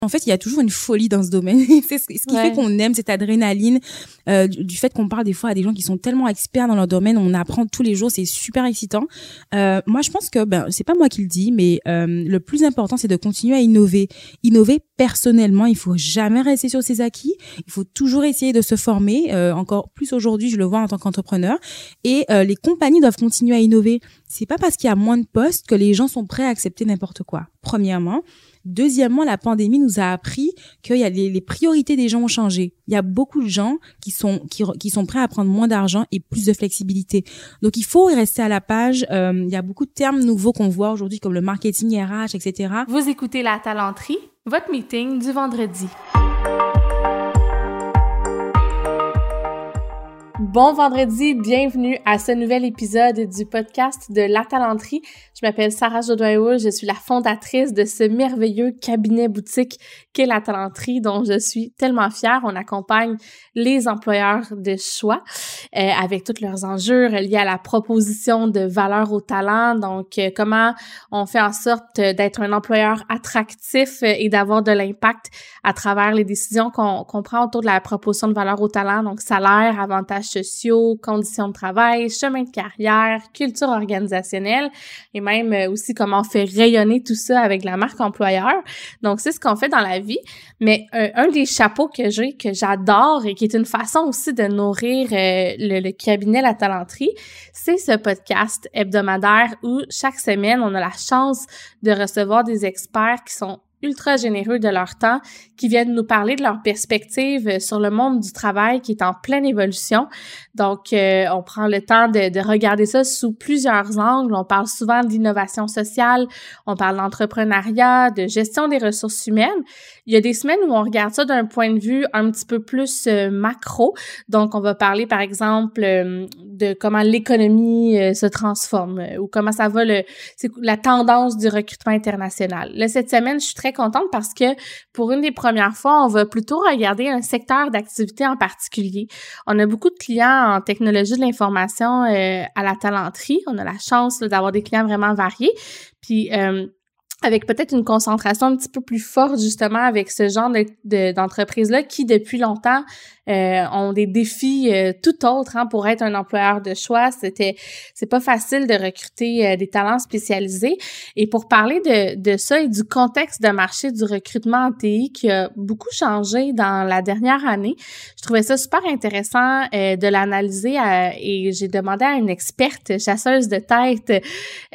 En fait, il y a toujours une folie dans ce domaine. C'est ce qui fait qu'on aime cette adrénaline, du fait qu'on parle des fois à des gens qui sont tellement experts dans leur domaine. On apprend tous les jours, c'est super excitant. Moi, je pense que, c'est pas moi qui le dis, mais le plus important, c'est de continuer à innover. Innover personnellement, il faut jamais rester sur ses acquis. Il faut toujours essayer de se former. Encore plus aujourd'hui, je le vois en tant qu'entrepreneur. Et les compagnies doivent continuer à innover. C'est pas parce qu'il y a moins de postes que les gens sont prêts à accepter n'importe quoi. Premièrement. Deuxièmement, la pandémie nous a appris que les priorités des gens ont changé. Il y a beaucoup de gens qui sont prêts à prendre moins d'argent et plus de flexibilité. Donc, il faut rester à la page. Il y a beaucoup de termes nouveaux qu'on voit aujourd'hui, comme le marketing RH, etc. Vous écoutez La Talenterie, votre meeting du vendredi. Bon vendredi, bienvenue à ce nouvel épisode du podcast de La Talenterie. Je m'appelle Sarah Jodoin-Houle, je suis la fondatrice de ce merveilleux cabinet boutique qu'est La Talenterie, dont je suis tellement fière. On accompagne les employeurs de choix avec tous leurs enjeux liés à la proposition de valeur au talent. Donc, comment on fait en sorte d'être un employeur attractif et d'avoir de l'impact à travers les décisions qu'on prend autour de la proposition de valeur au talent. Donc, salaire, avantages sociaux, conditions de travail, chemin de carrière, culture organisationnelle et même aussi comment on fait rayonner tout ça avec la marque employeur. Donc, c'est ce qu'on fait dans la vie. Mais un des chapeaux que j'ai, que j'adore et qui est une façon aussi de nourrir le cabinet La Talenterie, c'est ce podcast hebdomadaire où chaque semaine, on a la chance de recevoir des experts qui sont ultra généreux de leur temps, qui viennent nous parler de leur perspective sur le monde du travail qui est en pleine évolution. Donc, on prend le temps de regarder ça sous plusieurs angles. On parle souvent d'innovation sociale, on parle d'entrepreneuriat, de gestion des ressources humaines. Il y a des semaines où on regarde ça d'un point de vue un petit peu plus macro. Donc, on va parler, par exemple, de comment l'économie se transforme ou comment ça va, c'est la tendance du recrutement international. Là, cette semaine, je suis très contente parce que pour une des premières fois, on va plutôt regarder un secteur d'activité en particulier. On a beaucoup de clients en technologie de l'information à La Talenterie. On a la chance d'avoir des clients vraiment variés. Puis, avec peut-être une concentration un petit peu plus forte justement avec ce genre d'entreprise-là qui, depuis longtemps, ont des défis tout autres pour être un employeur de choix. C'est pas facile de recruter des talents spécialisés. Et pour parler de ça et du contexte de marché du recrutement en TI qui a beaucoup changé dans la dernière année, je trouvais ça super intéressant de l'analyser et j'ai demandé à une experte chasseuse de tête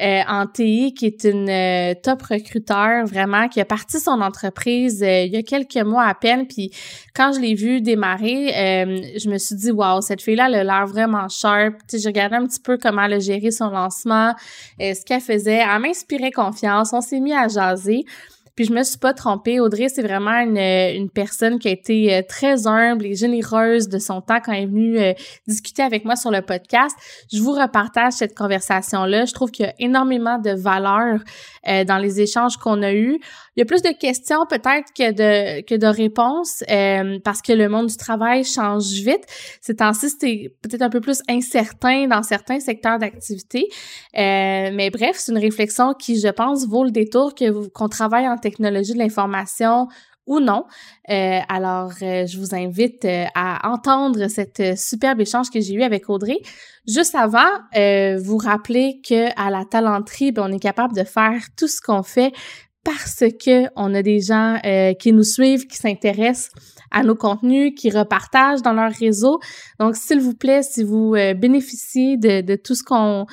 en TI qui est une top recruteur vraiment, qui a parti son entreprise il y a quelques mois à peine. Puis quand je l'ai vue démarrer, je me suis dit, wow, cette fille-là, elle a l'air vraiment sharp. Tu sais, j'ai regardé un petit peu comment elle a géré son lancement, ce qu'elle faisait. Elle m'inspirait confiance. On s'est mis à jaser. Puis je me suis pas trompée. Audrey, c'est vraiment une personne qui a été très humble et généreuse de son temps quand elle est venue discuter avec moi sur le podcast. Je vous repartage cette conversation-là. Je trouve qu'il y a énormément de valeur dans les échanges qu'on a eus. Il y a plus de questions peut-être que de réponses parce que le monde du travail change vite. Ces temps-ci, c'était peut-être un peu plus incertain dans certains secteurs d'activité. Mais bref, c'est une réflexion qui, je pense, vaut le détour qu'on travaille en technologie de l'information ou non. Alors, je vous invite à entendre cette superbe échange que j'ai eu avec Audrey. Juste avant, vous rappeler qu'à La Talenterie, on est capable de faire tout ce qu'on fait parce que on a des gens qui nous suivent, qui s'intéressent à nos contenus, qui repartagent dans leur réseau. Donc, s'il vous plaît, si vous bénéficiez de tout ce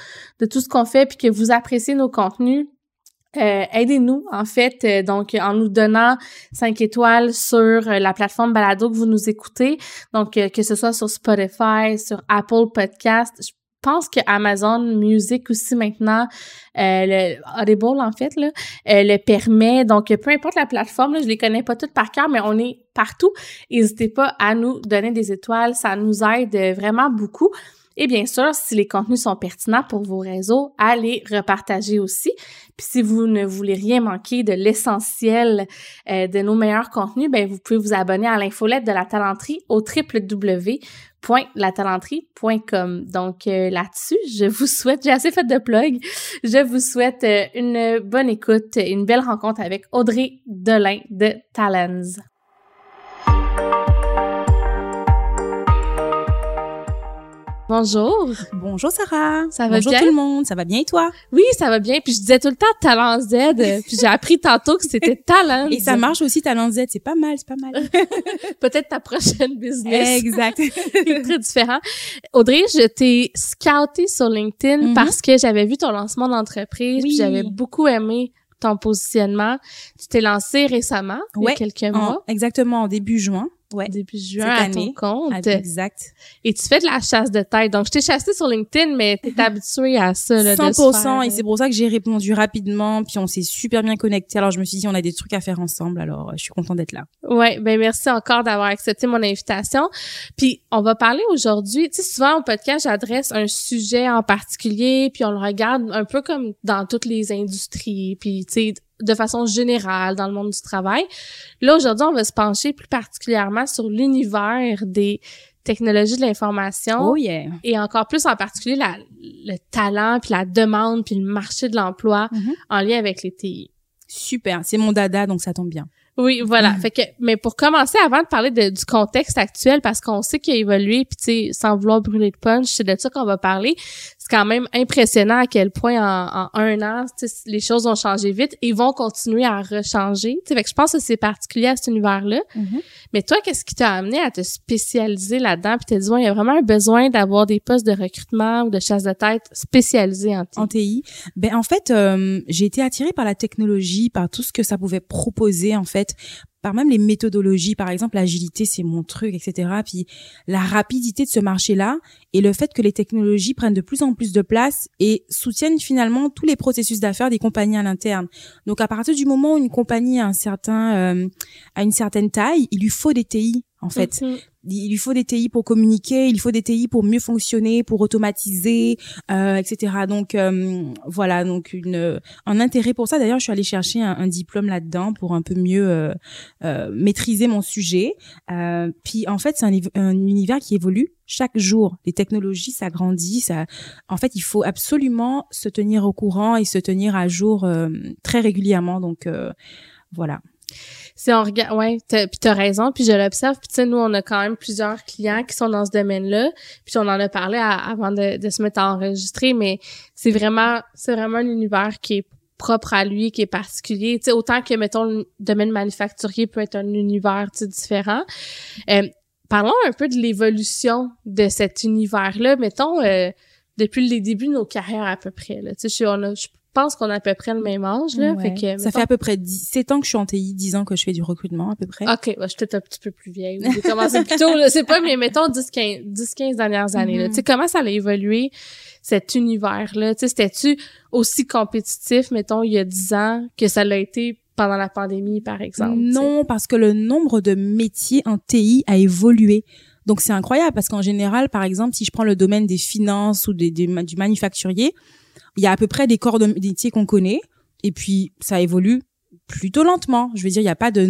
qu'on fait puis que vous appréciez nos contenus, aidez-nous, en fait, donc en nous donnant 5 étoiles sur la plateforme balado que vous nous écoutez, donc que ce soit sur Spotify, sur Apple Podcast. Je pense que Amazon Music aussi maintenant, le Audible en fait, là, le permet. Donc, peu importe la plateforme, là, je les connais pas toutes par cœur, mais on est partout. N'hésitez pas à nous donner des étoiles, ça nous aide vraiment beaucoup. Et bien sûr, si les contenus sont pertinents pour vos réseaux, à les repartager aussi. Puis si vous ne voulez rien manquer de l'essentiel de nos meilleurs contenus, ben vous pouvez vous abonner à l'infolette de La Talenterie au www.latalenterie.com. Donc là-dessus, je vous souhaite, j'ai assez fait de plug, je vous souhaite une bonne écoute, une belle rencontre avec Audrey Delain de Talens. Bonjour. Bonjour Sarah. Ça va Bonjour bien? Bonjour tout le monde. Ça va bien et toi? Oui, ça va bien. Puis je disais tout le temps Talent Z. Puis j'ai appris tantôt que c'était Talent. Et ça marche aussi Talent Z. C'est pas mal, c'est pas mal. Peut-être ta prochaine business. Exact. C'est très différent. Audrey, je t'ai scouté sur LinkedIn parce que j'avais vu ton lancement d'entreprise. Oui. Puis j'avais beaucoup aimé ton positionnement. Tu t'es lancé récemment, il y a quelques mois. Exactement, en début juin. Ouais. Début juin à ton compte. Exact. Et tu fais de la chasse de tête. Donc, je t'ai chassé sur LinkedIn, mais t'es habituée à ça, là. 100%. Et c'est pour ça que j'ai répondu rapidement. Puis on s'est super bien connectés. Alors, je me suis dit, on a des trucs à faire ensemble. Alors, je suis contente d'être là. Ouais. Ben, merci encore d'avoir accepté mon invitation. Puis, on va parler aujourd'hui. Tu sais, souvent, au podcast, j'adresse un sujet en particulier. Puis, on le regarde un peu comme dans toutes les industries. Puis, tu sais, de façon générale dans le monde du travail. Là, aujourd'hui, on va se pencher plus particulièrement sur l'univers des technologies de l'information. Oh yeah. Et encore plus en particulier le talent, puis la demande, puis le marché de l'emploi en lien avec les TI. Super, c'est mon dada, donc ça tombe bien. Oui, voilà. Fait que, mais pour commencer, avant de parler du contexte actuel, parce qu'on sait qu'il a évolué, puis tu sais, sans vouloir brûler de punch, c'est de ça qu'on va parler. C'est quand même impressionnant à quel point en un an, les choses ont changé vite et vont continuer à rechanger. Fait que je pense que c'est particulier à cet univers-là. Mais toi, qu'est-ce qui t'a amené à te spécialiser là-dedans, puis t'as dit, il y a vraiment un besoin d'avoir des postes de recrutement ou de chasse de tête spécialisés en TI. En TI. Ben, en fait, j'ai été attirée par la technologie, par tout ce que ça pouvait proposer, en fait, par même les méthodologies, par exemple l'agilité, c'est mon truc, etc. Puis la rapidité de ce marché-là et le fait que les technologies prennent de plus en plus de place et soutiennent finalement tous les processus d'affaires des compagnies à l'interne. Donc à partir du moment où une compagnie a une certaine taille, il lui faut des TI en fait. Il lui faut des TI pour communiquer, il faut des TI pour mieux fonctionner, pour automatiser, etc. Donc voilà, donc un intérêt pour ça. D'ailleurs, je suis allée chercher un diplôme là-dedans pour un peu mieux maîtriser mon sujet. Puis en fait, c'est un univers qui évolue chaque jour. Les technologies s'agrandissent. En fait, il faut absolument se tenir au courant et se tenir à jour très régulièrement. Donc voilà. Si on regarde, ouais, puis t'as raison, puis je l'observe, puis tu sais, nous, on a quand même plusieurs clients qui sont dans ce domaine-là, puis on en a parlé avant de se mettre à enregistrer, mais c'est vraiment un univers qui est propre à lui, qui est particulier, tu sais, autant que, mettons, le domaine manufacturier peut être un univers, tu sais, différent. Parlons un peu de l'évolution de cet univers-là, mettons, depuis les débuts de nos carrières à peu près, là, tu sais, je pense qu'on a à peu près le même âge, là. Ouais. Fait que, ça fait à peu près 7 ans que je suis en TI, 10 ans que je fais du recrutement, à peu près. OK, bah, je suis peut-être un petit peu plus vieille. J'ai commencé plus tôt, là. C'est pas, mais mettons 10-15 dernières années, là. Tu sais, comment ça a évolué, cet univers-là? Tu sais, c'était-tu aussi compétitif, mettons, il y a 10 ans que ça l'a été pendant la pandémie, par exemple? Non, t'sais? Parce que le nombre de métiers en TI a évolué. Donc, c'est incroyable parce qu'en général, par exemple, si je prends le domaine des finances ou du manufacturier, il y a à peu près des corps de métiers qu'on connaît et puis ça évolue plutôt lentement. Je veux dire, il n'y a pas de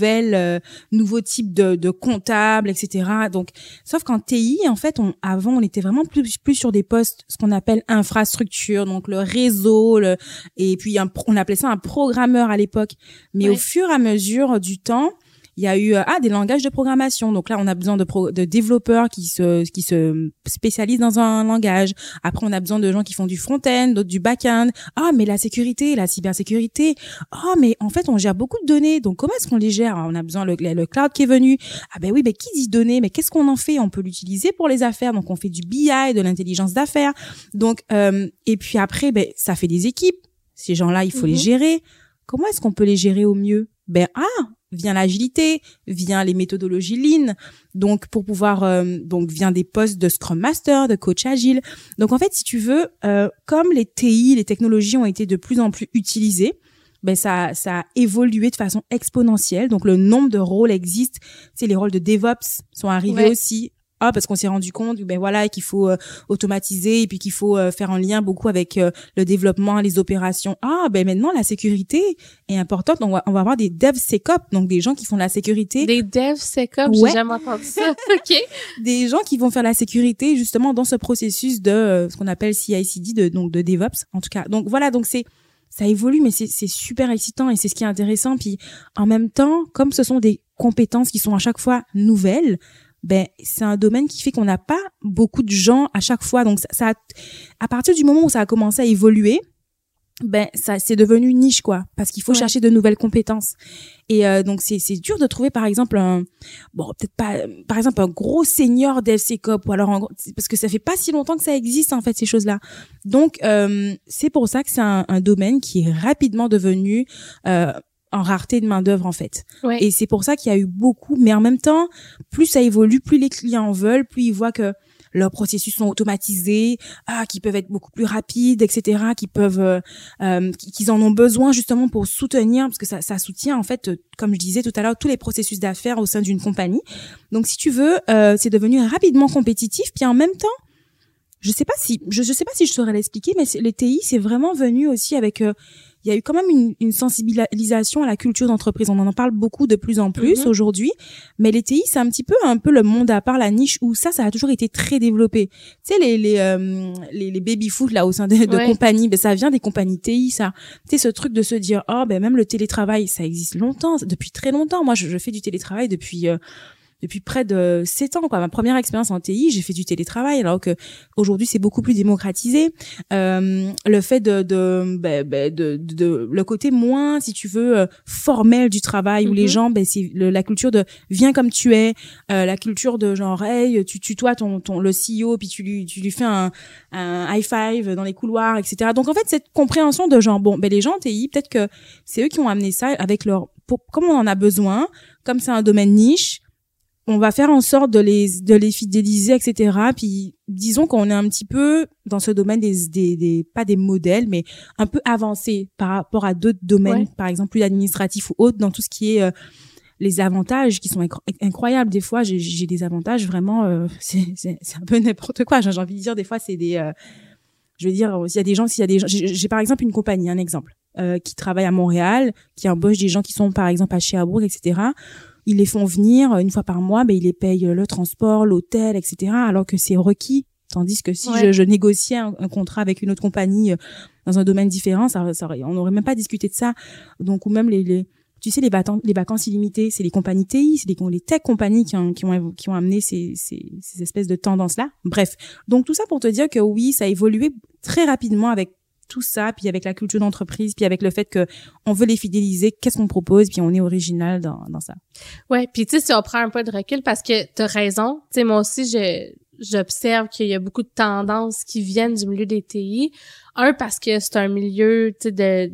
nouveaux types de comptables, etc. Donc, sauf qu'en TI, en fait, avant, on était vraiment plus sur des postes, ce qu'on appelle infrastructure, donc le réseau, et puis on appelait ça un programmeur à l'époque. Mais au fur et à mesure du temps, il y a eu des langages de programmation. Donc là, on a besoin de développeurs qui se spécialisent dans un langage. Après, on a besoin de gens qui font du front-end, d'autres du back-end. Ah, mais la sécurité, la cybersécurité. Ah, mais en fait, on gère beaucoup de données. Donc comment est-ce qu'on les gère? On a besoin le cloud qui est venu. Ah ben oui, mais qui dit données? Mais qu'est-ce qu'on en fait? On peut l'utiliser pour les affaires. Donc on fait du BI, de l'intelligence d'affaires. Donc et puis après, ben ça fait des équipes. Ces gens-là, il faut les gérer. Comment est-ce qu'on peut les gérer au mieux? Vient l'agilité, vient les méthodologies Lean, donc pour pouvoir vient des postes de Scrum Master, de coach agile. Donc en fait, si tu veux, comme les TI, les technologies ont été de plus en plus utilisées, ça a évolué de façon exponentielle. Donc le nombre de rôles existe. Tu sais, les rôles de DevOps sont arrivés aussi. parce qu'on s'est rendu compte ben voilà qu'il faut automatiser et puis qu'il faut faire un lien beaucoup avec le développement, les opérations. Ben maintenant la sécurité est importante. Donc on va avoir des DevSecOps, donc des gens qui font la sécurité. Des DevSecOps, Ouais. j'ai jamais entendu ça. OK. Des gens qui vont faire la sécurité justement dans ce processus de ce qu'on appelle CI/CD, donc de DevOps en tout cas. Donc voilà, donc ça évolue, mais c'est super excitant et c'est ce qui est intéressant. Puis en même temps, comme ce sont des compétences qui sont à chaque fois nouvelles, ben c'est un domaine qui fait qu'on n'a pas beaucoup de gens à chaque fois. Donc ça à partir du moment où ça a commencé à évoluer, ben ça c'est devenu niche quoi, parce qu'il faut chercher de nouvelles compétences. Et donc c'est dur de trouver par exemple peut-être pas par exemple un gros senior DevSecOps ou alors parce que ça fait pas si longtemps que ça existe en fait ces choses-là. Donc c'est pour ça que c'est un domaine qui est rapidement devenu en rareté de main-d'œuvre en fait. Ouais. Et c'est pour ça qu'il y a eu beaucoup, mais en même temps, plus ça évolue, plus les clients en veulent, plus ils voient que leurs processus sont automatisés, qui peuvent être beaucoup plus rapides, etc., qu'ils en ont besoin justement pour soutenir, parce que ça soutient en fait, comme je disais tout à l'heure, tous les processus d'affaires au sein d'une compagnie. Donc si tu veux, c'est devenu rapidement compétitif, puis en même temps, je sais pas si je saurais l'expliquer, mais les TI, c'est vraiment venu aussi avec il y a eu quand même une sensibilisation à la culture d'entreprise. On en parle beaucoup de plus en plus aujourd'hui, mais les TI, c'est un peu le monde à part, la niche où ça a toujours été très développé. Tu sais, les baby-foot là au sein de compagnies, ben ça vient des compagnies TI, ça. Tu sais, ce truc de se dire, même le télétravail, ça existe longtemps, depuis très longtemps. Moi, je fais du télétravail depuis près de 7 ans, quoi. Ma première expérience en TI, j'ai fait du télétravail, alors que aujourd'hui c'est beaucoup plus démocratisé. Le fait de le côté moins, si tu veux, formel du travail, où les gens, c'est la culture de viens comme tu es, la culture de genre, hey, tu tutoies le CEO, puis tu lui fais un high five dans les couloirs, etc. Donc en fait, cette compréhension de genre, les gens en TI, peut-être que c'est eux qui ont amené ça avec comme on en a besoin, comme c'est un domaine niche, on va faire en sorte de les fidéliser, etc. Puis disons qu'on est un petit peu dans ce domaine des pas des modèles, mais un peu avancé par rapport à d'autres domaines, par exemple plus administratifs ou autres, dans tout ce qui est les avantages qui sont incroyables. Des fois, j'ai des avantages vraiment, c'est un peu n'importe quoi. J'ai envie de dire, des fois, c'est des, je veux dire, s'il y a des gens, j'ai par exemple une compagnie, un exemple, qui travaille à Montréal, qui embauche des gens qui sont par exemple à Sherbrooke, etc. Ils les font venir une fois par mois, ils les payent le transport, l'hôtel, etc. Alors que c'est requis. Tandis que si je négociais un contrat avec une autre compagnie dans un domaine différent, on n'aurait même pas discuté de ça. Donc, ou même tu sais, les vacances illimitées, c'est les compagnies TI, c'est les tech compagnies qui ont amené ces espèces de tendances-là. Bref. Donc, tout ça pour te dire que oui, ça a évolué très rapidement avec tout ça, puis avec la culture d'entreprise, puis avec le fait que on veut les fidéliser, qu'est-ce qu'on propose, puis on est original dans ça. Ouais, puis tu sais, si on prend un peu de recul, parce que t'as raison, tu sais, moi aussi, j'observe qu'il y a beaucoup de tendances qui viennent du milieu des TI. Parce que c'est un milieu, tu sais,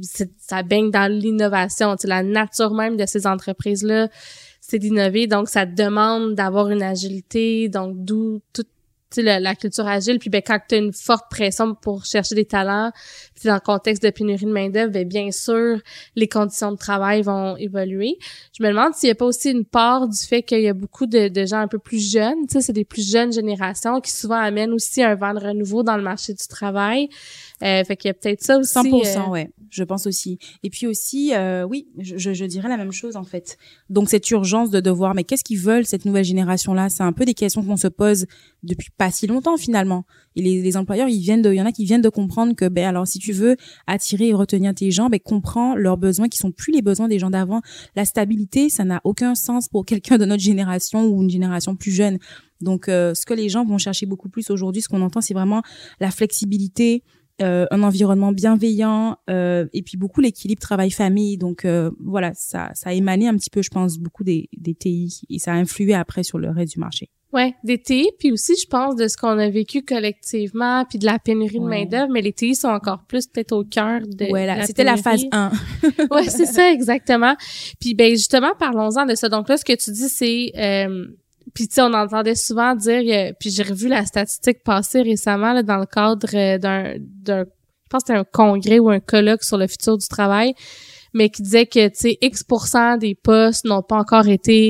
ça baigne dans l'innovation, tu sais, la nature même de ces entreprises-là, c'est d'innover, donc ça demande d'avoir une agilité, donc d'où toute la culture agile. Puis quand tu as une forte pression pour chercher des talents, puis dans le contexte de pénurie de main-d'œuvre, bien sûr, les conditions de travail vont évoluer. Je me demande s'il n'y a pas aussi une part du fait qu'il y a beaucoup de gens un peu plus jeunes, tu sais, c'est des plus jeunes générations qui souvent amènent aussi un vent de renouveau dans le marché du travail. Fait qu'il y a peut-être ça aussi. 100%, ouais, je pense aussi. Et puis aussi, oui, je dirais la même chose en fait. Donc cette urgence de devoir, mais qu'est-ce qu'ils veulent cette nouvelle génération-là? C'est un peu des questions qu'on se pose depuis pas si longtemps finalement. Et les employeurs, il y en a qui viennent de comprendre que, alors si tu veux attirer et retenir tes gens, comprends leurs besoins qui sont plus les besoins des gens d'avant. La stabilité, ça n'a aucun sens pour quelqu'un de notre génération ou une génération plus jeune. Donc ce que les gens vont chercher beaucoup plus aujourd'hui, ce qu'on entend, c'est vraiment la flexibilité, un environnement bienveillant, et puis beaucoup l'équilibre travail-famille. Donc voilà, ça a émané un petit peu, je pense, beaucoup des TI, et ça a influé après sur le reste du marché. Ouais, des TI, puis aussi, je pense, de ce qu'on a vécu collectivement, puis de la pénurie de main-d'œuvre, mais les TI sont encore plus peut-être au cœur de la c'était pénurie. la phase 1. Ouais, c'est ça, exactement. Puis justement, parlons-en de ça. Donc là, ce que tu dis, c'est... puis tu sais, on entendait souvent dire... puis j'ai revu la statistique passer récemment là, dans le cadre d'un... Je pense que c'était un congrès ou un colloque sur le futur du travail, mais qui disait que, tu sais, X% des postes n'ont pas encore été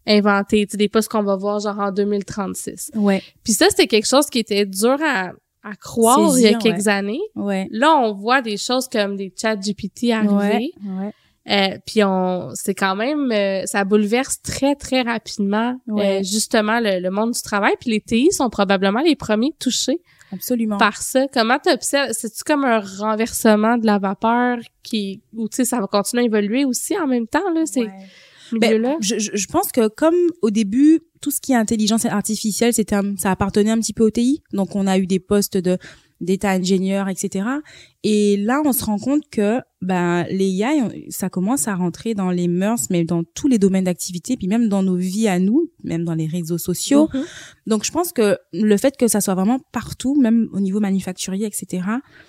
inventés, tu sais, des postes qu'on va voir genre en 2036. Ouais. Puis ça, c'était quelque chose qui était dur à croire il y a quelques années. Ouais. Là, on voit des choses comme des chats GPT arriver. Puis c'est quand même, ça bouleverse très, très rapidement, justement, le monde du travail. Puis les TI sont probablement les premiers touchés. Absolument. Par ça. Comment t'observes? C'est-tu comme un renversement de la vapeur ou tu sais, ça va continuer à évoluer aussi en même temps, là, ces milieux-là? Je pense que comme au début, tout ce qui est intelligence artificielle, ça appartenait un petit peu au TI. Donc, on a eu des postes d'état ingénieur, etc. Et là, on se rend compte que les IA, ça commence à rentrer dans les mœurs, mais dans tous les domaines d'activité, puis même dans nos vies à nous, même dans les réseaux sociaux. Mm-hmm. Donc, je pense que le fait que ça soit vraiment partout, même au niveau manufacturier, etc.,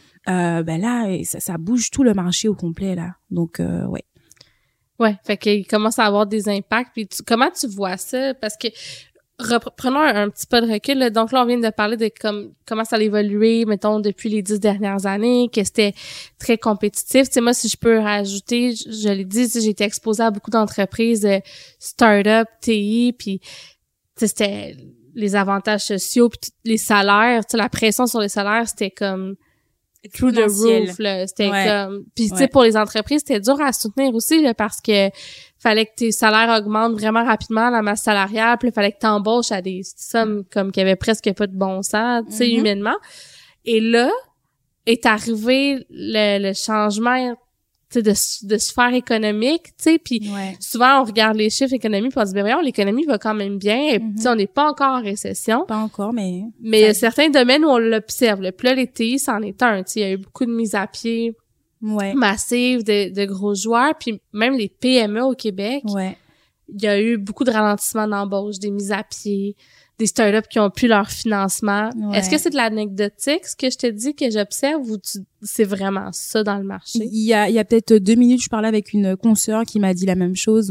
là, ça bouge tout le marché au complet, là. Donc, ouais. Ouais, fait qu'il commence à avoir des impacts. Puis comment tu vois ça? Parce que prenons un petit pas de recul. Là. Donc là, on vient de parler de comment ça a évolué, mettons, depuis les 10 dernières années, que c'était très compétitif. Tu sais, moi, si je peux rajouter, je l'ai dit, j'ai été exposée à beaucoup d'entreprises start-up, TI, puis c'était les avantages sociaux, puis les salaires, tu sais, la pression sur les salaires, c'était comme through the roof, là. C'était comme... Puis, tu sais, pour les entreprises, c'était dur à soutenir aussi, là, parce que fallait que tes salaires augmentent vraiment rapidement, la masse salariale, puis il fallait que t'embauches à des sommes comme qui avaient presque pas de bon sens, tu sais, humainement. Et là, est arrivé le changement, tu sais, de sphère économique, tu sais, puis souvent, on regarde les chiffres économiques puis on se dit, voyons, l'économie va quand même bien, et tu sais, on n'est pas encore en récession. Pas encore, mais il y a certains domaines où on l'observe. Puis là, les TI, c'en est un, tu sais, il y a eu beaucoup de mises à pied massives de gros joueurs, puis même les PME au Québec, il y a eu beaucoup de ralentissements d'embauche, des mises à pied, des startups qui ont plus leur financement. Est-ce que c'est de l'anecdotique, ce que je te dis, que j'observe, ou c'est vraiment ça dans le marché? Il y a peut-être 2 minutes, je parlais avec une consoeur qui m'a dit la même chose, où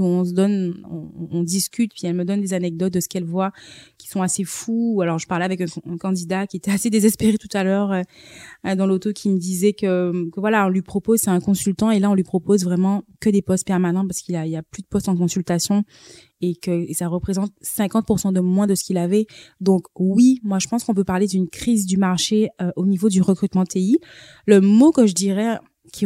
on discute, puis elle me donne des anecdotes de ce qu'elle voit qui sont assez fous. Alors, je parlais avec un candidat qui était assez désespéré tout à l'heure dans l'auto, qui me disait que voilà, on lui propose, c'est un consultant, et là, on lui propose vraiment que des postes permanents parce qu'il y a plus de postes en consultation, et ça représente 50% de moins de ce qu'il avait. Donc oui, moi je pense qu'on peut parler d'une crise du marché au niveau du recrutement TI. Le mot que je dirais qui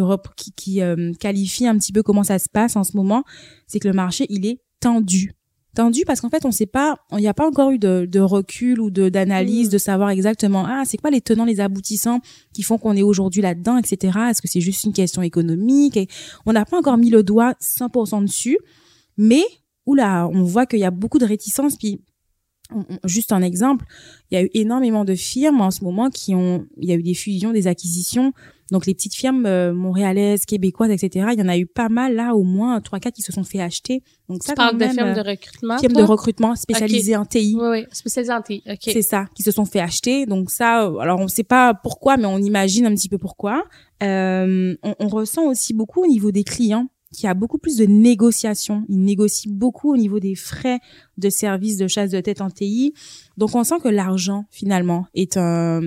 qualifie un petit peu comment ça se passe en ce moment, c'est que le marché, il est tendu. Tendu parce qu'en fait, on sait pas, il n'y a pas encore eu de recul ou d'analyse de savoir exactement, c'est quoi les tenants, les aboutissants qui font qu'on est aujourd'hui là-dedans, etc. Est-ce que c'est juste une question économique? Et on n'a pas encore mis le doigt 100% dessus, mais on voit qu'il y a beaucoup de réticences. Puis juste un exemple, il y a eu énormément de firmes en ce moment il y a eu des fusions, des acquisitions. Donc les petites firmes montréalaises, québécoises, etc. Il y en a eu pas mal là, au moins 3-4 qui se sont fait acheter. Donc tu parles de firmes de recrutement? Firmes de recrutement spécialisées en TI. Oui, spécialisées en TI. OK. C'est ça, qui se sont fait acheter. Donc ça, alors on sait pas pourquoi, mais on imagine un petit peu pourquoi. On ressent aussi beaucoup au niveau des clients qu'il y a beaucoup plus de négociations. Ils négocient beaucoup au niveau des frais de service de chasse de tête en TI. Donc, on sent que l'argent, finalement, est un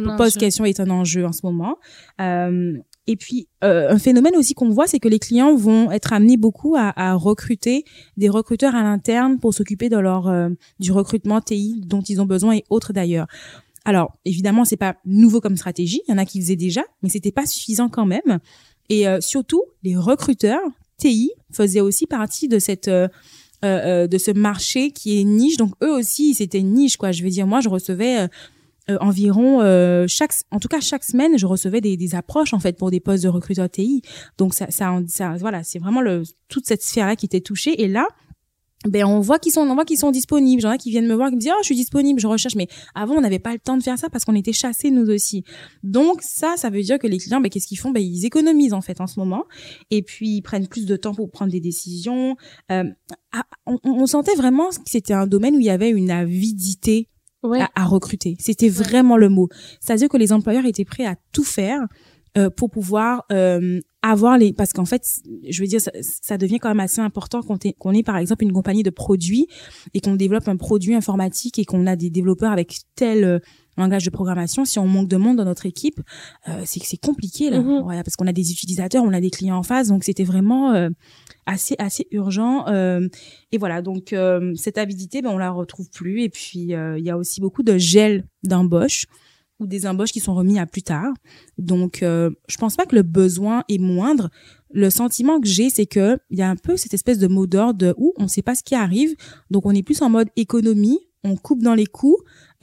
enjeu en ce moment. Et puis, un phénomène aussi qu'on voit, c'est que les clients vont être amenés beaucoup à recruter des recruteurs à l'interne pour s'occuper de du recrutement TI dont ils ont besoin, et autres d'ailleurs. Alors, évidemment, c'est pas nouveau comme stratégie. Il y en a qui faisaient déjà, mais c'était pas suffisant quand même. Et surtout, les recruteurs TI faisaient aussi partie de de ce marché qui est niche. Donc eux aussi, c'était une niche, quoi. Je veux dire, moi, je recevais environ chaque semaine, je recevais des approches en fait pour des postes de recruteurs TI. Donc ça voilà, c'est vraiment toute cette sphère-là qui était touchée. Et là, on voit qu'ils sont disponibles. J'en ai qui viennent me voir, qui me disent, je suis disponible, je recherche. Mais avant, on n'avait pas le temps de faire ça parce qu'on était chassés, nous aussi. Donc, ça veut dire que les clients, qu'est-ce qu'ils font? Ils économisent, en fait, en ce moment. Et puis, ils prennent plus de temps pour prendre des décisions. On sentait vraiment que c'était un domaine où il y avait une avidité à recruter. C'était vraiment le mot. C'est-à-dire que les employeurs étaient prêts à tout faire pour pouvoir avoir parce qu'en fait, je veux dire, ça devient quand même assez important qu'on ait par exemple une compagnie de produits et qu'on développe un produit informatique et qu'on a des développeurs avec tel langage de programmation. Si on manque de monde dans notre équipe, c'est compliqué là, voilà, parce qu'on a des utilisateurs, on a des clients en face, donc c'était vraiment assez urgent. Et voilà, donc cette habilité, on la retrouve plus. Et puis il y a aussi beaucoup de gel d'embauche ou des embauches qui sont remis à plus tard. Donc, je pense pas que le besoin est moindre. Le sentiment que j'ai, c'est que il y a un peu cette espèce de mot d'ordre où on sait pas ce qui arrive. Donc, on est plus en mode économie. On coupe dans les coûts.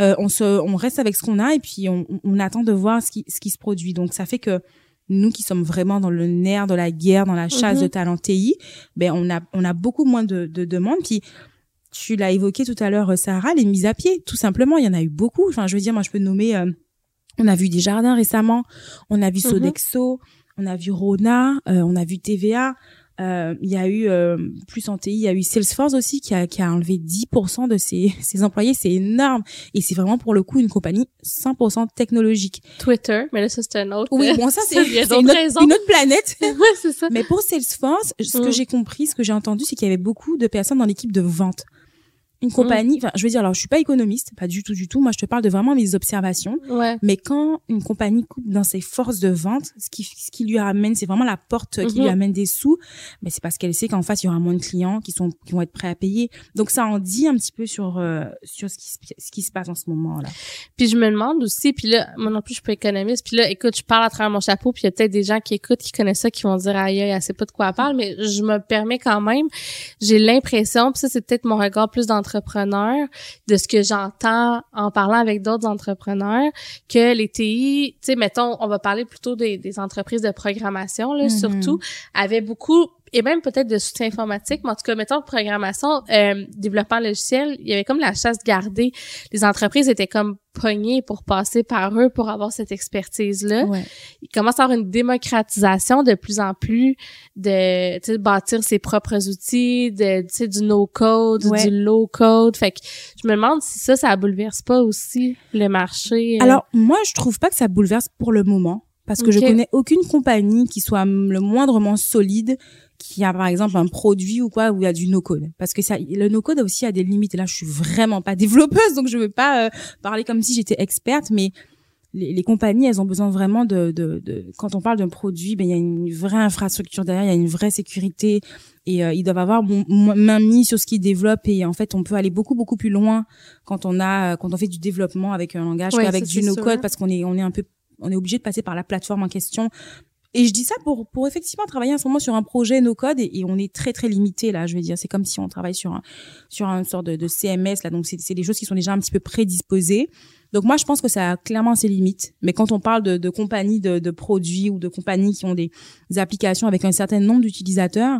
On reste avec ce qu'on a et puis on attend de voir ce qui se produit. Donc, ça fait que nous qui sommes vraiment dans le nerf de la guerre, dans la chasse de talent TI, on a beaucoup moins de demandes. Puis, tu l'as évoqué tout à l'heure, Sarah, les mises à pied, tout simplement, il y en a eu beaucoup. Enfin, je veux dire, moi, je peux nommer, on a vu Desjardins récemment, on a vu Sodexo, on a vu Rona, on a vu TVA. Il y a eu, plus en TI, il y a eu Salesforce aussi qui a enlevé 10% de ses employés. C'est énorme. Et c'est vraiment, pour le coup, une compagnie 100% technologique. Twitter, mais là, ça, c'est un autre. Oui, bon, ça, c'est une autre planète. Ouais, c'est ça. Mais pour Salesforce, ce que j'ai compris, ce que j'ai entendu, c'est qu'il y avait beaucoup de personnes dans l'équipe de vente. Une compagnie, enfin, je veux dire, alors, je suis pas économiste, pas du tout. Moi, je te parle de vraiment mes observations. Ouais. Mais quand une compagnie coupe dans ses forces de vente, ce qui lui amène, c'est vraiment la porte qui lui amène des sous. Mais c'est parce qu'elle sait qu'en face, il y aura moins de clients qui vont être prêts à payer. Donc, ça en dit un petit peu sur ce qui se passe en ce moment-là. Puis, je me demande aussi, puis là, moi non plus, je suis pas économiste. Puis là, écoute, je parle à travers mon chapeau, puis il y a peut-être des gens qui écoutent, qui connaissent ça, qui vont dire, aïe, elle sait pas de quoi elle parle, mais je me permets quand même. J'ai l'impression, puis ça, c'est peut-être mon regard plus d'entrepreneur, de ce que j'entends en parlant avec d'autres entrepreneurs, que les TI, tu sais, mettons, on va parler plutôt des entreprises de programmation, là, surtout, avaient beaucoup, et même peut-être de soutien informatique, mais en tout cas, mettons, programmation, développement logiciel, il y avait comme la chasse gardée. Les entreprises étaient comme pognées pour passer par eux pour avoir cette expertise-là. Ouais. Il commence à avoir une démocratisation de plus en plus de, tu sais, bâtir ses propres outils, de, tu sais, du no-code, du low-code. Fait que je me demande si ça bouleverse pas aussi le marché. Alors, moi, je trouve pas que ça bouleverse pour le moment. Parce que je connais aucune compagnie qui soit le moindrement solide, qui a par exemple un produit ou quoi où il y a du no-code. Parce que le no-code aussi a des limites. Et là, je suis vraiment pas développeuse, donc je veux pas parler comme si j'étais experte, mais les compagnies, elles ont besoin vraiment de quand on parle d'un produit, il y a une vraie infrastructure derrière, il y a une vraie sécurité et ils doivent avoir main mise sur ce qu'ils développent et en fait, on peut aller beaucoup plus loin quand on fait du développement avec un langage qu'avec du no-code parce qu'on est obligé de passer par la plateforme en question. Et je dis ça pour effectivement travailler en ce moment sur un projet no-code et on est très limité là, je veux dire, c'est comme si on travaille sur un sorte de CMS là, donc c'est des choses qui sont déjà un petit peu prédisposées. Donc moi je pense que ça a clairement ses limites, mais quand on parle de compagnies de produits ou de compagnies qui ont des applications avec un certain nombre d'utilisateurs,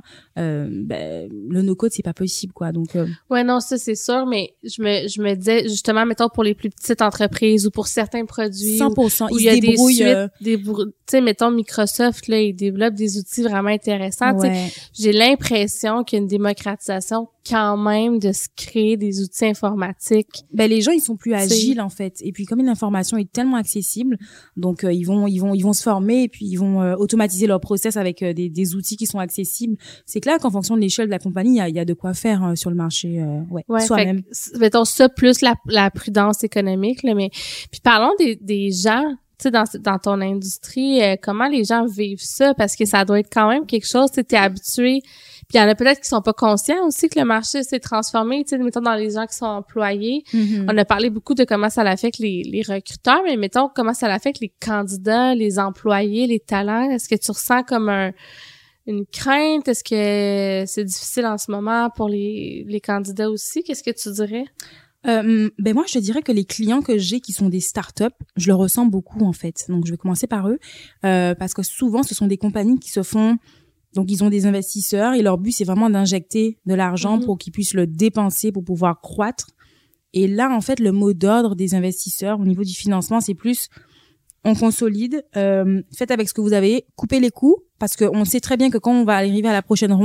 le no-code c'est pas possible quoi. Donc ouais non, ça c'est sûr, mais je me disais justement mettons pour les plus petites entreprises ou pour certains produits 100% où il y a des suites, tu sais mettons Microsoft là, ils développent des outils vraiment intéressants, tu sais, j'ai l'impression qu'il y a une démocratisation quand même de se créer des outils informatiques. Les gens ils sont plus agiles en fait. Et puis comme l'information est tellement accessible, donc ils vont se former et puis ils vont automatiser leur process avec des outils qui sont accessibles. C'est clair qu'en fonction de l'échelle de la compagnie, il y a de quoi faire sur le marché soi-même. Mettons ça plus la prudence économique là, mais puis parlons des gens. Tu sais, dans ton industrie, comment les gens vivent ça? Parce que ça doit être quand même quelque chose, tu sais, t'es habitué. Puis il y en a peut-être qui sont pas conscients aussi que le marché s'est transformé, tu sais, mettons dans les gens qui sont employés. On a parlé beaucoup de comment ça affecte les recruteurs, mais mettons comment ça affecte les candidats, les employés, les talents. Est-ce que tu ressens comme une crainte? Est-ce que c'est difficile en ce moment pour les candidats aussi? Qu'est-ce que tu dirais? Moi je dirais que les clients que j'ai qui sont des startups, je le ressens beaucoup en fait. Donc je vais commencer par eux parce que souvent ce sont des compagnies qui se font, donc ils ont des investisseurs et leur but c'est vraiment d'injecter de l'argent pour qu'ils puissent le dépenser pour pouvoir croître. Et là en fait le mot d'ordre des investisseurs au niveau du financement c'est plus on consolide, faites avec ce que vous avez, coupez les coûts parce que on sait très bien que quand on va arriver à la prochaine ronde,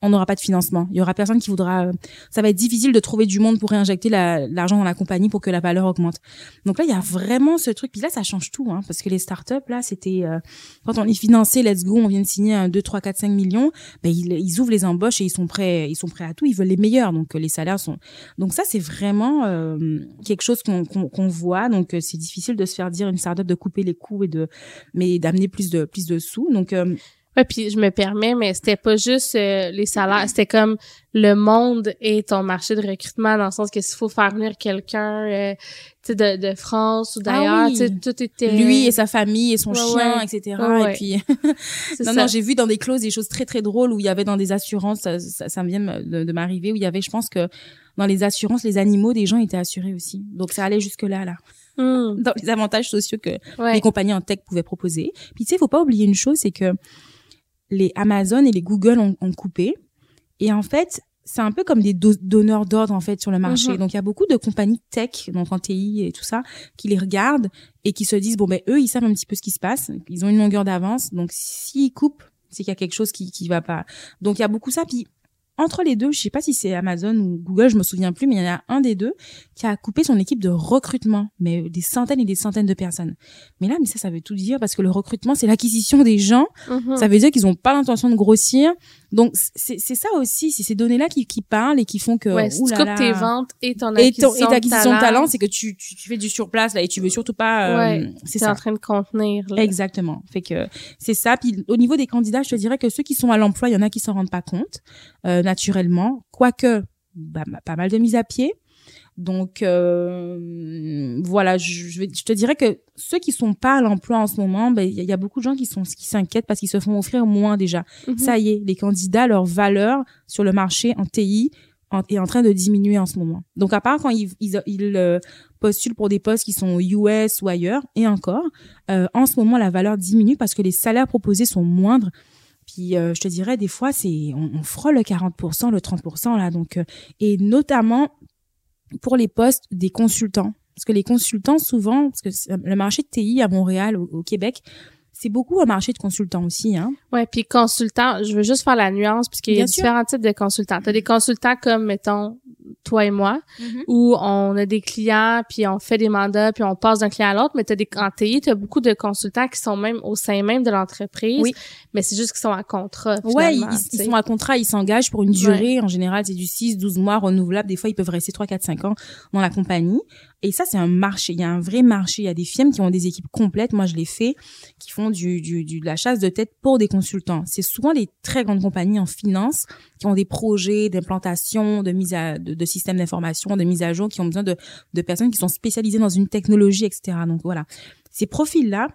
on n'aura pas de financement. Il y aura personne qui voudra. Ça va être difficile de trouver du monde pour réinjecter l'argent dans la compagnie pour que la valeur augmente. Donc là, il y a vraiment ce truc. Puis là, ça change tout, hein, parce que les startups là, c'était quand on est financé, let's go, on vient de signer un 2, 3, 4, 5 millions. Ben ils ouvrent les embauches et ils sont prêts à tout. Ils veulent les meilleurs. Donc les salaires sont. Donc ça, c'est vraiment quelque chose qu'on voit. Donc c'est difficile de se faire dire une startup de couper les coûts mais d'amener plus de sous. Donc ouais, puis je me permets, mais c'était pas juste les salaires, c'était comme le monde est ton marché de recrutement, dans le sens que s'il faut faire venir quelqu'un tu sais de France ou d'ailleurs, tu sais, tout était lui et sa famille et son chien, etc. Ouais. Et puis non, j'ai vu dans des clauses des choses très très drôles où il y avait dans des assurances, ça me vient de m'arriver, où il y avait, je pense que dans les assurances, les animaux des gens étaient assurés aussi. Donc ça allait jusque là. Dans les avantages sociaux que les compagnies en tech pouvaient proposer. Puis tu sais, faut pas oublier une chose, c'est que les Amazon et les Google ont coupé. Et en fait, c'est un peu comme des donneurs d'ordre en fait sur le marché. Donc il y a beaucoup de compagnies tech, donc en TI et tout ça, qui les regardent et qui se disent bon ben eux ils savent un petit peu ce qui se passe, ils ont une longueur d'avance. Donc s'ils coupent, c'est qu'il y a quelque chose qui va pas. Donc il y a beaucoup ça. Puis entre les deux, je sais pas si c'est Amazon ou Google, je me souviens plus, mais il y en a un des deux qui a coupé son équipe de recrutement, mais des centaines et des centaines de personnes. Mais ça veut tout dire, parce que le recrutement, c'est l'acquisition des gens. Ça veut dire qu'ils ont pas l'intention de grossir. Donc c'est ça aussi, c'est ces données-là qui parlent et qui font que si tu coupes tes ventes et ton acquisition de talent, c'est que tu fais du surplace là et tu veux surtout pas c'est ça. En train de contenir là. Exactement. Fait que c'est ça. Puis au niveau des candidats, je te dirais que ceux qui sont à l'emploi, il y en a qui s'en rendent pas compte naturellement, quoique pas mal de mise à pied. Donc voilà, je te dirais que ceux qui sont pas à l'emploi en ce moment, il y a beaucoup de gens qui s'inquiètent parce qu'ils se font offrir moins déjà. Ça y est, les candidats, leur valeur sur le marché en TI est en train de diminuer en ce moment. Donc à part quand ils postulent pour des postes qui sont US ou ailleurs, et encore, en ce moment la valeur diminue parce que les salaires proposés sont moindres. Puis je te dirais des fois on frôle le 40%, le 30% là. Donc et notamment pour les postes des consultants, parce que les consultants souvent, parce que le marché de TI à Montréal, au Québec, c'est beaucoup un marché de consultants aussi, hein. Ouais, puis consultants, je veux juste faire la nuance parce qu'il y a différents types de consultants. T'as des consultants comme mettons toi et moi, où on a des clients, puis on fait des mandats, puis on passe d'un client à l'autre, mais en TI, t'as beaucoup de consultants qui sont même au sein même de l'entreprise, mais c'est juste qu'ils sont à contrat, finalement. Ouais, ils sont à contrat, ils s'engagent pour une durée, en général, c'est du 6, 12 mois renouvelable, des fois, ils peuvent rester 3, 4, 5 ans dans la compagnie. Et ça, c'est un marché. Il y a un vrai marché. Il y a des firmes qui ont des équipes complètes. Moi, je l'ai fait, qui font de la chasse de tête pour des consultants. C'est souvent des très grandes compagnies en finance qui ont des projets d'implantation, de systèmes d'information, de mise à jour, qui ont besoin de personnes qui sont spécialisées dans une technologie, etc. Donc voilà. Ces profils-là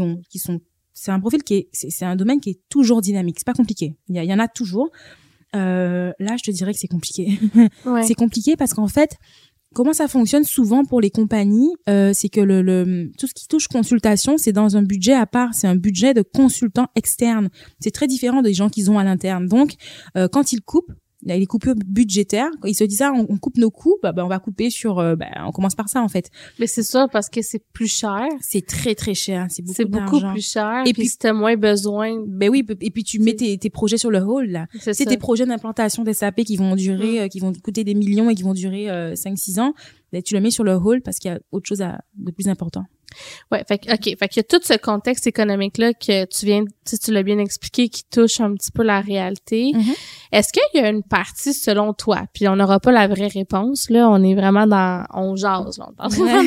c'est un profil c'est un domaine qui est toujours dynamique. C'est pas compliqué. Il y en a toujours. Là, je te dirais que c'est compliqué. C'est compliqué parce qu'en fait, comment ça fonctionne souvent pour les compagnies, c'est que tout ce qui touche consultation, c'est dans un budget à part, c'est un budget de consultants externes. C'est très différent des gens qu'ils ont à l'interne. Donc, quand ils coupent, les coupures budgétaires, quand ils se disent on coupe nos coûts, on va couper sur on commence par ça en fait. Mais c'est ça parce que c'est plus cher. C'est très très cher, c'est beaucoup plus cher. Et puis si t'as moins besoin. Et puis tu mets tes projets sur le hold là. C'est tes projets d'implantation des SAP qui vont durer qui vont coûter des millions et qui vont durer 5-6 ans, tu le mets sur le hold parce qu'il y a autre chose de plus important. Ouais, fait qu'il y a tout ce contexte économique là que tu l'as bien expliqué, qui touche un petit peu la réalité. Est-ce qu'il y a une partie selon toi, puis on n'aura pas la vraie réponse là, on est vraiment on jase là,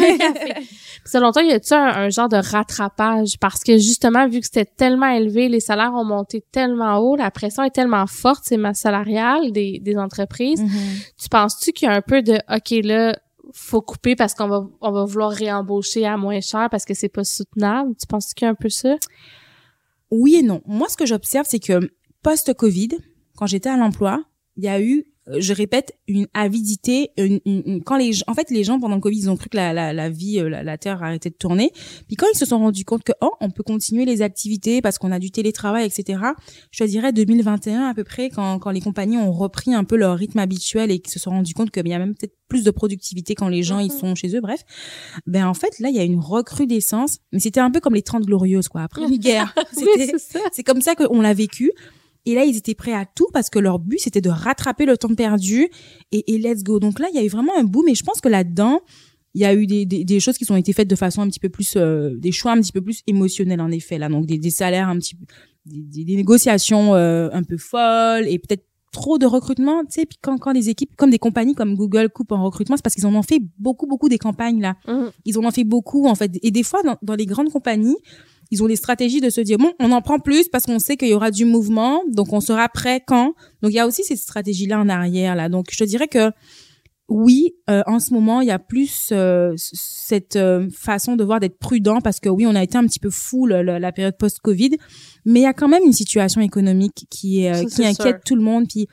selon toi, y a-t-il un genre de rattrapage parce que justement vu que c'était tellement élevé, les salaires ont monté tellement haut, la pression est tellement forte, c'est masse salariale des entreprises. Tu penses-tu qu'il y a un peu de OK là, faut couper parce qu'on va vouloir réembaucher à moins cher parce que c'est pas soutenable? Tu penses qu'il y a un peu ça? Oui et non. Moi, ce que j'observe, c'est que post-Covid, quand j'étais à l'emploi, il y a eu, je répète, une avidité, quand les gens pendant le Covid, ils ont cru que la vie, la terre arrêtait de tourner. Puis quand ils se sont rendus compte que on peut continuer les activités parce qu'on a du télétravail, etc. Je te dirais 2021 à peu près, quand les compagnies ont repris un peu leur rythme habituel et qu'ils se sont rendus compte qu'il y a même peut-être plus de productivité quand les gens ils sont chez eux, bref. En fait là il y a une recrudescence, mais c'était un peu comme les 30 glorieuses quoi, après une guerre. Oui, c'est ça. C'est comme ça qu'on l'a vécu. Et là, ils étaient prêts à tout parce que leur but, c'était de rattraper le temps perdu et let's go. Donc là, il y a eu vraiment un boom et je pense que là-dedans, il y a eu des choses qui ont été faites de façon un petit peu plus, des choix un petit peu plus émotionnels en effet là. Donc des salaires un petit peu, des négociations un peu folles et peut-être trop de recrutement, tu sais, puis quand des équipes comme des compagnies comme Google coupent en recrutement, c'est parce qu'ils en ont fait beaucoup des campagnes là. Ils en ont fait beaucoup en fait et des fois dans les grandes compagnies, ils ont des stratégies de se dire bon, on en prend plus parce qu'on sait qu'il y aura du mouvement, donc on sera prêt quand. Donc il y a aussi cette stratégie là en arrière là. Donc je te dirais que oui, en ce moment, il y a plus cette façon de voir d'être prudent parce que oui, on a été un petit peu fou la période post-Covid, mais il y a quand même une situation économique qui inquiète tout le monde. Puis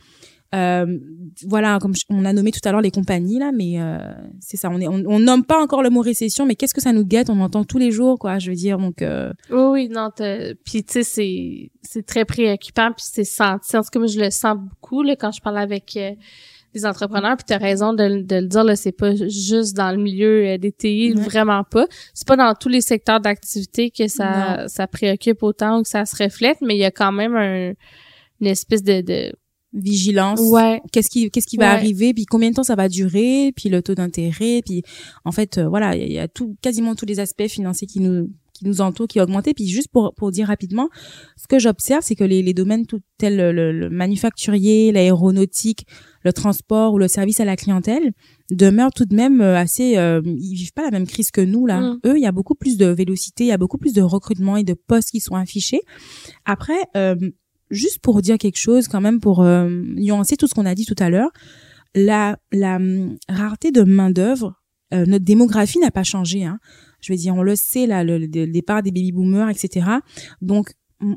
voilà, comme on a nommé tout à l'heure les compagnies là, mais c'est ça. On nomme pas encore le mot récession, mais qu'est-ce que ça nous guette? On entend tous les jours, quoi. Je veux dire, donc. Oui, non. Puis tu sais, c'est très préoccupant, puis c'est senti. En tout cas, moi, je le sens beaucoup là quand je parle avec des entrepreneurs, puis t'as raison de le dire, là, c'est pas juste dans le milieu des TI, vraiment pas. C'est pas dans tous les secteurs d'activité que ça préoccupe autant ou que ça se reflète, mais il y a quand même une espèce de vigilance. Ouais. Qu'est-ce qui va arriver, puis combien de temps ça va durer, puis le taux d'intérêt, puis en fait, voilà, il y a quasiment tous les aspects financiers qui nous entourent, qui ont augmenté. Puis juste pour dire rapidement, ce que j'observe, c'est que les domaines tels le manufacturier, l'aéronautique, le transport ou le service à la clientèle demeurent tout de même assez, ils vivent pas la même crise que nous, là. Eux, il y a beaucoup plus de vélocité, il y a beaucoup plus de recrutement et de postes qui sont affichés. Après, juste pour dire quelque chose, quand même, pour nuancer tout ce qu'on a dit tout à l'heure, la rareté de main-d'œuvre, notre démographie n'a pas changé, hein. Je veux dire, on le sait, là, le départ des baby-boomers, etc. Donc,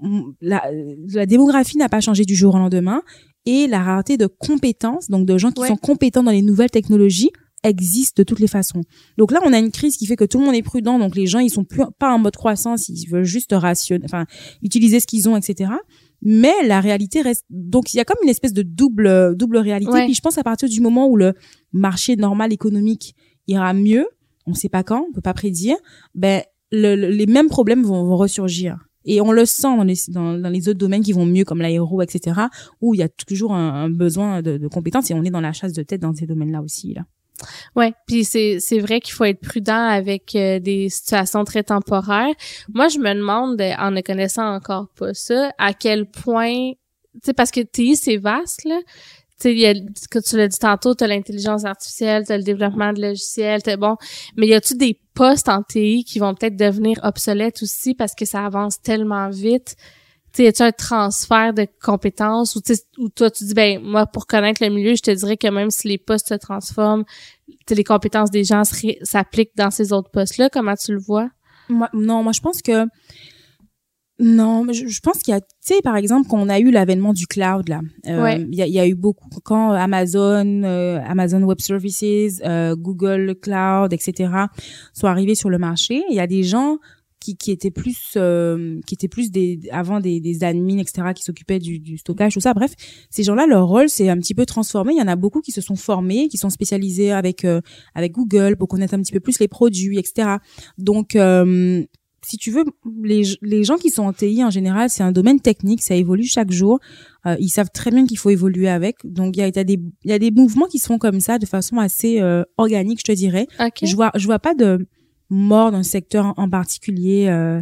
la démographie n'a pas changé du jour au lendemain et la rareté de compétences, donc de gens qui sont compétents dans les nouvelles technologies, existe de toutes les façons. Donc là, on a une crise qui fait que tout le monde est prudent, donc les gens, ils sont pas en mode croissance, ils veulent juste utiliser ce qu'ils ont, etc. Mais la réalité reste, donc il y a comme une espèce de double réalité. Puis je pense à partir du moment où le marché normal économique ira mieux, on sait pas quand, on peut pas prédire, ben les mêmes problèmes vont ressurgir. Et on le sent dans les autres domaines qui vont mieux, comme l'aéro, etc., où il y a toujours un besoin de compétences et on est dans la chasse de tête dans ces domaines-là aussi, là. Ouais, puis c'est vrai qu'il faut être prudent avec des situations très temporaires. Moi, je me demande, en ne connaissant encore pas ça, à quel point, tu sais, parce que TI, c'est vaste, là. Tu sais, comme tu l'as dit tantôt, t'as l'intelligence artificielle, t'as le développement de logiciels, mais y a-tu des postes en TI qui vont peut-être devenir obsolètes aussi parce que ça avance tellement vite? Tu sais, y a-tu un transfert de compétences ou toi tu dis, ben moi, pour connaître le milieu, je te dirais que même si les postes se transforment, les compétences des gens s'appliquent dans ces autres postes-là. Comment tu le vois? Moi, je pense que non, je pense qu'il y a, tu sais, par exemple, quand on a eu l'avènement du cloud, là, il y a eu beaucoup, quand Amazon Web Services, Google Cloud, etc., sont arrivés sur le marché, il y a des gens qui étaient plus avant des admins, etc., qui s'occupaient du stockage, tout ça. Bref, ces gens-là, leur rôle s'est un petit peu transformé. Il y en a beaucoup qui se sont formés, qui sont spécialisés avec Google pour connaître un petit peu plus les produits, etc. Donc, si tu veux, les gens qui sont en TI en général, c'est un domaine technique, ça évolue chaque jour. Ils savent très bien qu'il faut évoluer avec. Donc il y a des mouvements qui se font comme ça de façon assez organique, je te dirais. Okay. Je vois pas de mort dans le secteur en particulier.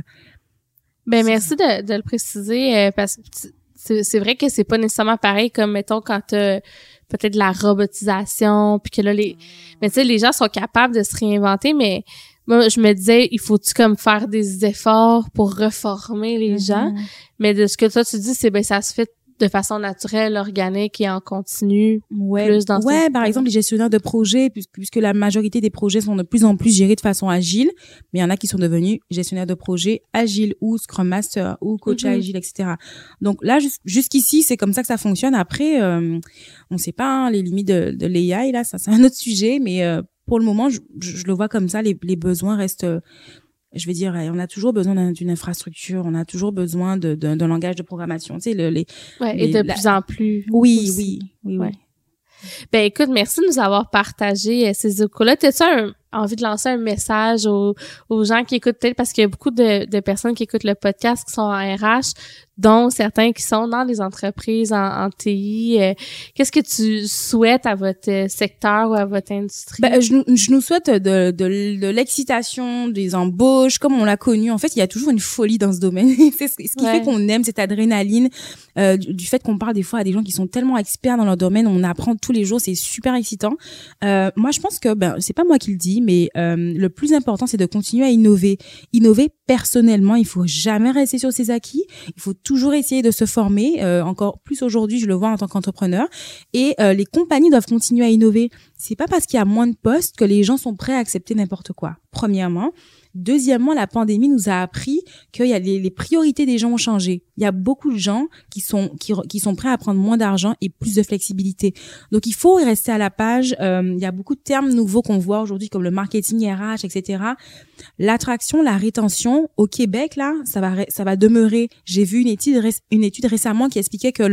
Ben merci de le préciser parce que c'est vrai que c'est pas nécessairement pareil comme mettons quand t'as peut-être de la robotisation puis que là mais tu sais les gens sont capables de se réinventer, mais moi, je me disais, il faut-tu comme faire des efforts pour reformer les gens? Mais de ce que toi, tu dis, c'est ben ça se fait de façon naturelle, organique et en continu. Plus dans par exemple, les gestionnaires de projets, puisque la majorité des projets sont de plus en plus gérés de façon agile, mais il y en a qui sont devenus gestionnaires de projets agiles ou Scrum Master ou coach agile, etc. Donc là, jusqu'ici, c'est comme ça que ça fonctionne. Après, on sait pas les limites de l'AI, là, ça c'est un autre sujet, mais pour le moment, je le vois comme ça, les besoins restent, je veux dire, on a toujours besoin d'une infrastructure, on a toujours besoin d'un langage de programmation, tu sais, et de plus en plus. Oui. Ben écoute, merci de nous avoir partagé ces échos-là. T'as-tu envie de lancer un message aux gens qui écoutent, peut-être parce qu'il y a beaucoup de personnes qui écoutent le podcast qui sont en RH, dont certains qui sont dans les entreprises en TI. Qu'est-ce que tu souhaites à votre secteur ou à votre industrie? Je nous souhaite de l'excitation, des embauches, comme on l'a connu. En fait, il y a toujours une folie dans ce domaine. C'est ce qui fait qu'on aime cette adrénaline, du fait qu'on parle des fois à des gens qui sont tellement experts dans leur domaine. On apprend tous les jours, c'est super excitant. Moi, je pense que, c'est pas moi qui le dis, mais le plus important, c'est de continuer à innover. Innover personnellement, il faut jamais rester sur ses acquis. Il faut toujours essayer de se former, encore plus aujourd'hui, je le vois en tant qu'entrepreneur. Et les compagnies doivent continuer à innover. C'est pas parce qu'il y a moins de postes que les gens sont prêts à accepter n'importe quoi. Premièrement. Deuxièmement, la pandémie nous a appris qu'il y a les priorités des gens ont changé. Il y a beaucoup de gens qui sont prêts à prendre moins d'argent et plus de flexibilité. Donc, il faut rester à la page. Il y a beaucoup de termes nouveaux qu'on voit aujourd'hui comme le marketing RH, etc. L'attraction, la rétention au Québec, là, ça va demeurer. J'ai vu une étude récemment qui expliquait que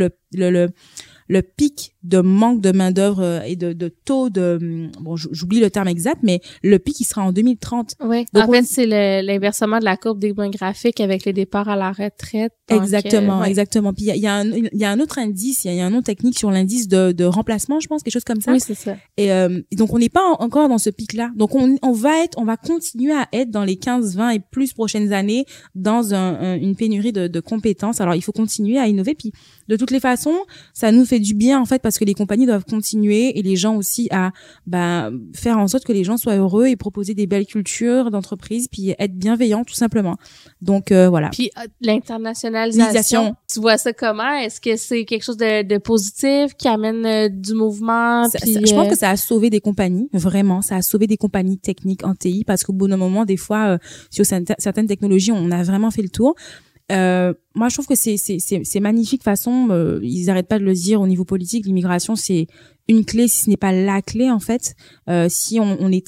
le pic de manque de main-d'œuvre et de taux de, j'oublie le terme exact, mais le pic, il sera en 2030. Oui. Donc, en fait, c'est l'inversement de la courbe démographique avec les départs à la retraite. Donc, exactement. Puis, il y a un autre indice, il y a un nom technique sur l'indice de remplacement, je pense, quelque chose comme ça. Oui, c'est ça. Et donc, on n'est pas encore dans ce pic-là. Donc, on va continuer à être dans les 15, 20 et plus prochaines années dans une pénurie de compétences. Alors, il faut continuer à innover. Puis, de toutes les façons, ça nous fait du bien, en fait, parce que les compagnies doivent continuer et les gens aussi à faire en sorte que les gens soient heureux et proposer des belles cultures d'entreprise puis être bienveillants, tout simplement. Donc, voilà. Puis, l'internationalisation, tu vois ça comment? Est-ce que c'est quelque chose de positif qui amène du mouvement? Je pense que ça a sauvé des compagnies, vraiment. Ça a sauvé des compagnies techniques en TI parce qu'au bout d'un moment, des fois, sur certaines technologies, on a vraiment fait le tour. Moi, je trouve que c'est magnifique. De toute façon, ils arrêtent pas de le dire au niveau politique. L'immigration, c'est une clé, si ce n'est pas la clé, en fait. Si on est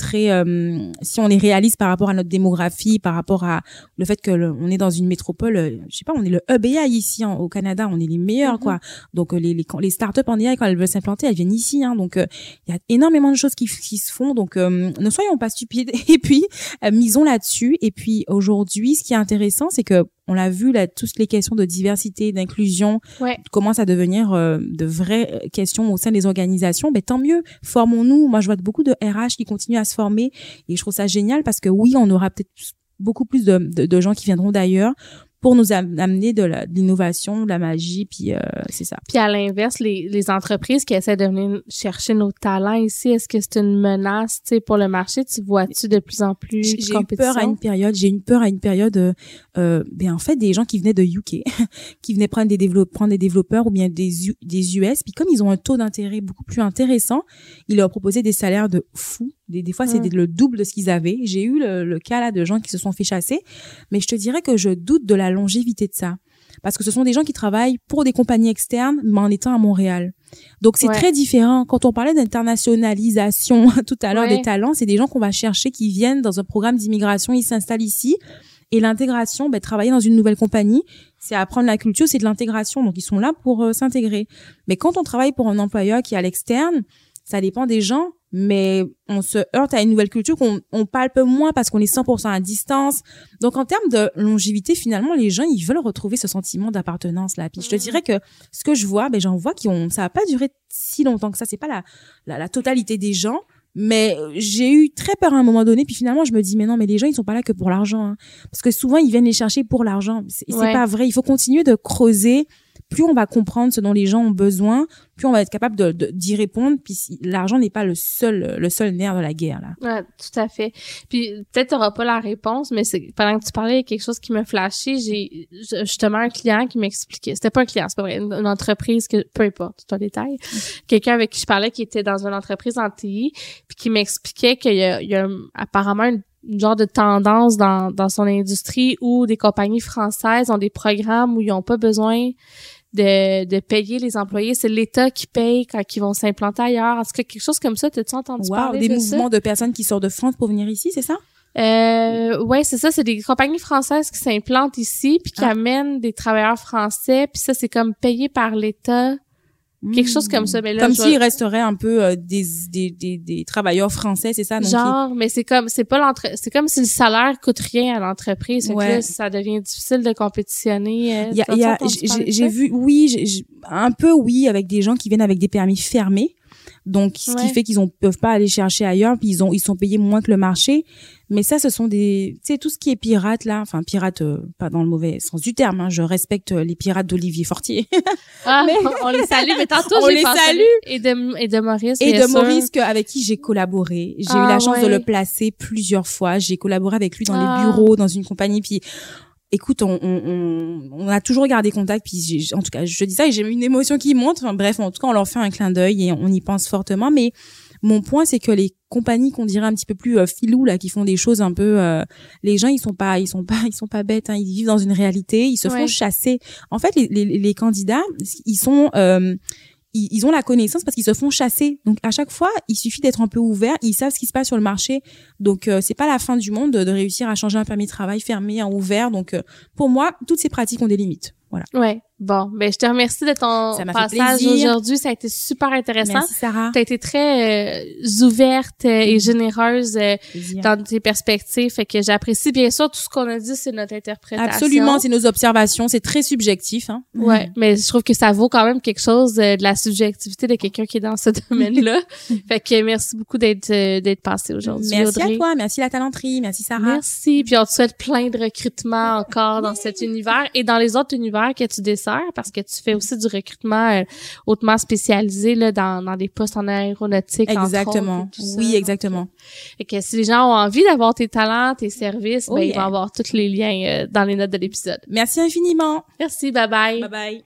si on est réaliste par rapport à notre démographie, par rapport à le fait que on est dans une métropole, je sais pas, on est le hub AI ici au Canada, on est les meilleurs, quoi. Donc les startups en AI, quand elles veulent s'implanter, elles viennent ici, hein. Donc il y a énormément de choses qui se font. Donc ne soyons pas stupides. Et puis misons là-dessus. Et puis aujourd'hui, ce qui est intéressant, c'est que on l'a vu là, toutes les questions de diversité, d'inclusion commencent à devenir de vraies questions au sein des organisations. Ben tant mieux, formons-nous. Moi, je vois beaucoup de RH qui continuent à se former et je trouve ça génial parce que oui, on aura peut-être beaucoup plus de gens qui viendront d'ailleurs pour nous amener de l'innovation, de la magie, puis c'est ça. Puis à l'inverse, les entreprises qui essaient de venir chercher nos talents ici, est-ce que c'est une menace, tu sais, pour le marché? Tu vois-tu de plus en plus de compétition? J'ai une peur à une période, en fait, des gens qui venaient de UK, qui venaient prendre des développeurs ou bien des US, puis comme ils ont un taux d'intérêt beaucoup plus intéressant, ils leur proposaient des salaires de fous. Des fois, c'est le double de ce qu'ils avaient. J'ai eu le cas là de gens qui se sont fait chasser, mais je te dirais que je doute de la longévité de ça. Parce que ce sont des gens qui travaillent pour des compagnies externes, mais en étant à Montréal. Donc, c'est très différent. Quand on parlait d'internationalisation tout à l'heure des talents, c'est des gens qu'on va chercher qui viennent dans un programme d'immigration, ils s'installent ici. Et l'intégration, travailler dans une nouvelle compagnie, c'est apprendre la culture, c'est de l'intégration. Donc, ils sont là pour s'intégrer. Mais quand on travaille pour un employeur qui est à l'externe, ça dépend des gens, mais on se heurte à une nouvelle culture qu'on palpe moins parce qu'on est 100% à distance. Donc, en termes de longévité, finalement, les gens, ils veulent retrouver ce sentiment d'appartenance là. Puis, je te dirais que ce que je vois, j'en vois ça va pas durer si longtemps que ça. C'est pas la totalité des gens. Mais j'ai eu très peur à un moment donné, puis finalement je me dis mais non, mais les gens ils sont pas là que pour l'argent, hein. Parce que souvent ils viennent les chercher pour l'argent. C'est pas vrai. Il faut continuer de creuser. Plus on va comprendre ce dont les gens ont besoin, plus on va être capable d'y répondre. Puis l'argent n'est pas le seul nerf de la guerre là. Ouais, tout à fait. Puis peut-être t'auras pas la réponse, mais pendant que tu parlais, il y a quelque chose qui m'a flashé. J'ai justement un client qui m'expliquait. C'était pas un client, c'est pas vrai, une entreprise que peu importe, c'est un détail. Quelqu'un avec qui je parlais qui était dans une entreprise en TI, puis qui m'expliquait qu'il y a apparemment une genre de tendance dans son industrie où des compagnies françaises ont des programmes où ils ont pas besoin de payer les employés. C'est l'État qui paye quand ils vont s'implanter ailleurs. En tout cas, quelque chose comme ça, t'as-tu entendu parler des de ça? mouvements de personnes qui sortent de France pour venir ici, c'est ça? Ouais, c'est ça. C'est des compagnies françaises qui s'implantent ici puis qui amènent des travailleurs français. Puis ça, c'est comme payé par l'État Quelque chose comme ça. Mais là, comme s'il resterait un peu des travailleurs français, c'est ça? Donc genre, mais c'est comme si le salaire coûte rien à l'entreprise. Fait que là, ça devient difficile de compétitionner. J'ai vu, oui, un peu oui, avec des gens qui viennent avec des permis fermés. Donc, ce qui fait qu'ils peuvent pas aller chercher ailleurs, puis ils sont payés moins que le marché. Mais ça, ce sont tu sais, tout ce qui est pirate, là, enfin, pirate, pas dans le mauvais sens du terme, hein, je respecte les pirates d'Olivier Fortier. Mais on les salue, mais tantôt, on les salue. Et de Maurice, et de Maurice, avec qui j'ai collaboré. J'ai eu la chance de le placer plusieurs fois. J'ai collaboré avec lui dans les bureaux, dans une compagnie, puis écoute, on a toujours gardé contact, puis en tout cas, je dis ça et j'ai une émotion qui monte. Enfin, bref, en tout cas, on leur fait un clin d'œil et on y pense fortement. Mais mon point, c'est que les compagnies qu'on dirait un petit peu plus filou là, qui font des choses un peu, les gens ils sont pas bêtes, hein, ils vivent dans une réalité, ils se font chasser. En fait, les candidats, ils ont la connaissance parce qu'ils se font chasser. Donc, à chaque fois, il suffit d'être un peu ouvert. Ils savent ce qui se passe sur le marché. Donc, c'est pas la fin du monde de réussir à changer un permis de travail fermé en ouvert. Donc, pour moi, toutes ces pratiques ont des limites. Voilà. Ouais. Bon, ben je te remercie de ton passage aujourd'hui. Ça a été super intéressant. Merci, Sarah. Tu as été très ouverte et généreuse dans tes perspectives. Fait que j'apprécie bien sûr tout ce qu'on a dit, c'est notre interprétation. Absolument, c'est nos observations. C'est très subjectif. Hein. Ouais, mais je trouve que ça vaut quand même quelque chose de la subjectivité de quelqu'un qui est dans ce domaine-là. Fait que merci beaucoup d'être passée aujourd'hui. Merci Audrey. à toi, merci la talenterie, merci Sarah. Merci, puis on te souhaite plein de recrutements encore dans cet univers et dans les autres univers que tu desserres, parce que tu fais aussi du recrutement hautement spécialisé là dans des postes en aéronautique. Exactement. Entre autres, oui, exactement. Et que si les gens ont envie d'avoir tes talents, tes services, ils vont avoir tous les liens dans les notes de l'épisode. Merci infiniment. Merci, bye bye. Bye bye.